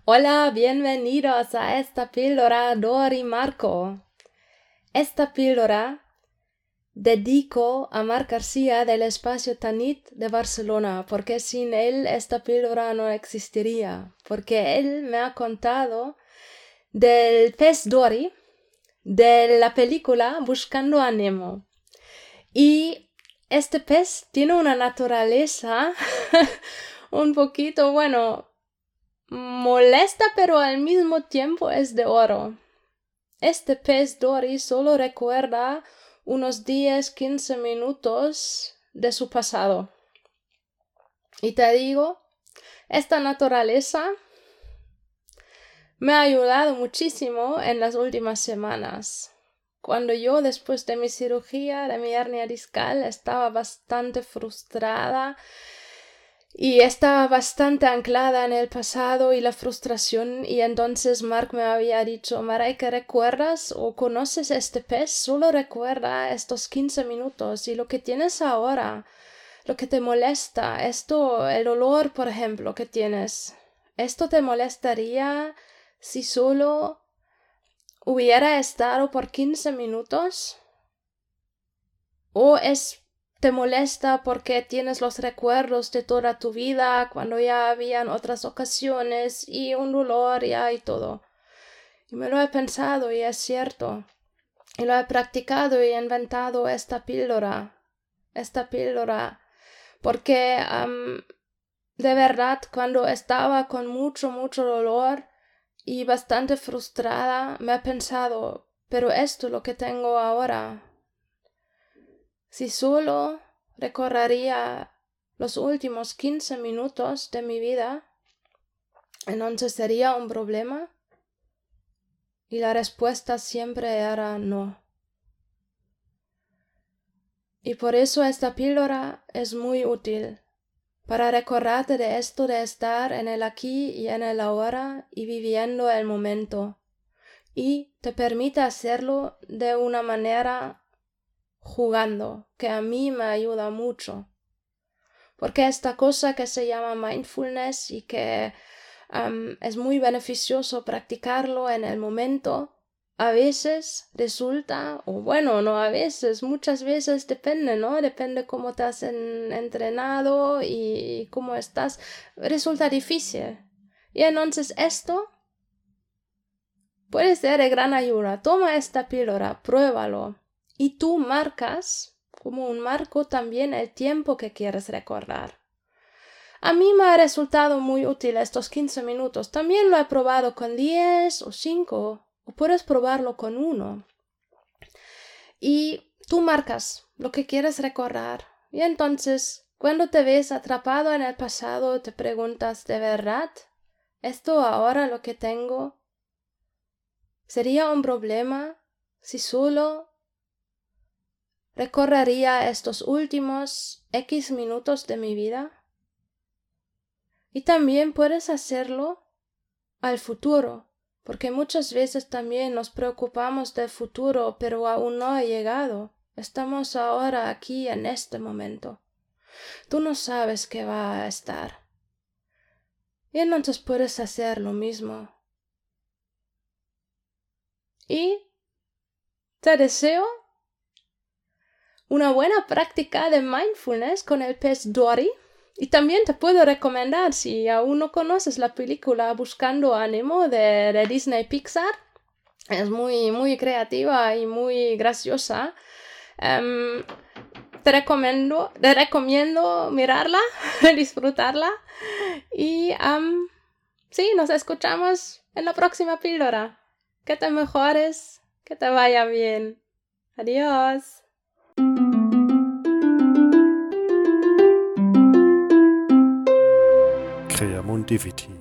Hola, bienvenidos a esta píldora Dor y Marco. Esta píldora dedico a Marc García del Espacio Tanit de Barcelona, porque sin él esta píldora no existiría, porque él me ha contado del pez Dory, de la película Buscando a Nemo. Y este pez tiene una naturaleza un poquito, molesta, pero al mismo tiempo es de oro. Este pez Dory solo recuerda unos 10-15 minutos de su pasado. Y te digo, esta naturaleza me ha ayudado muchísimo en las últimas semanas. Cuando yo, después de mi cirugía de mi hernia discal, estaba bastante frustrada y estaba bastante anclada en el pasado y la frustración, y entonces Marc me había dicho: Maray, ¿que recuerdas o conoces este pez? Solo recuerda estos 15 minutos y lo que tienes ahora, lo que te molesta, esto, el olor, por ejemplo, que tienes. ¿Esto te molestaría si solo hubiera estado por 15 minutos? ¿O te molesta porque tienes los recuerdos de toda tu vida, cuando ya habían otras ocasiones y un dolor ya y todo? Y me lo he pensado y es cierto. Y lo he practicado y he inventado esta píldora. Porque de verdad, cuando estaba con mucho dolor y bastante frustrada, me he pensado, pero esto es lo que tengo ahora. Si solo recorrería los últimos 15 minutos de mi vida, entonces sería un problema. Y la respuesta siempre era no. Y por eso esta píldora es muy útil, para recordarte de esto de estar en el aquí y en el ahora y viviendo el momento. Y te permite hacerlo de una manera jugando, que a mí me ayuda mucho. Porque esta cosa que se llama mindfulness y que es muy beneficioso practicarlo en el momento, a veces resulta, o bueno, no a veces, muchas veces depende, ¿no? Depende cómo te has entrenado y cómo estás, resulta difícil. Y entonces esto puede ser de gran ayuda. Toma esta píldora, pruébalo. Y tú marcas, como un marco, también el tiempo que quieres recordar. A mí me ha resultado muy útil estos 15 minutos. También lo he probado con 10 o 5, o puedes probarlo con 1. Y tú marcas lo que quieres recordar. Y entonces, cuando te ves atrapado en el pasado, te preguntas: ¿de verdad esto ahora lo que tengo? ¿Sería un problema si solo recorrería estos últimos X minutos de mi vida? Y también puedes hacerlo al futuro, porque muchas veces también nos preocupamos del futuro, pero aún no ha llegado. Estamos ahora aquí en este momento. Tú no sabes qué va a estar. Y entonces puedes hacer lo mismo. Y te deseo una buena práctica de mindfulness con el pez Dory. Y también te puedo recomendar, si aún no conoces la película Buscando a Nemo de Disney Pixar, es muy creativa y muy graciosa. Te recomiendo mirarla, disfrutarla. Y sí, nos escuchamos en la próxima píldora. Que te mejores, que te vaya bien. Adiós. Creamundivithi.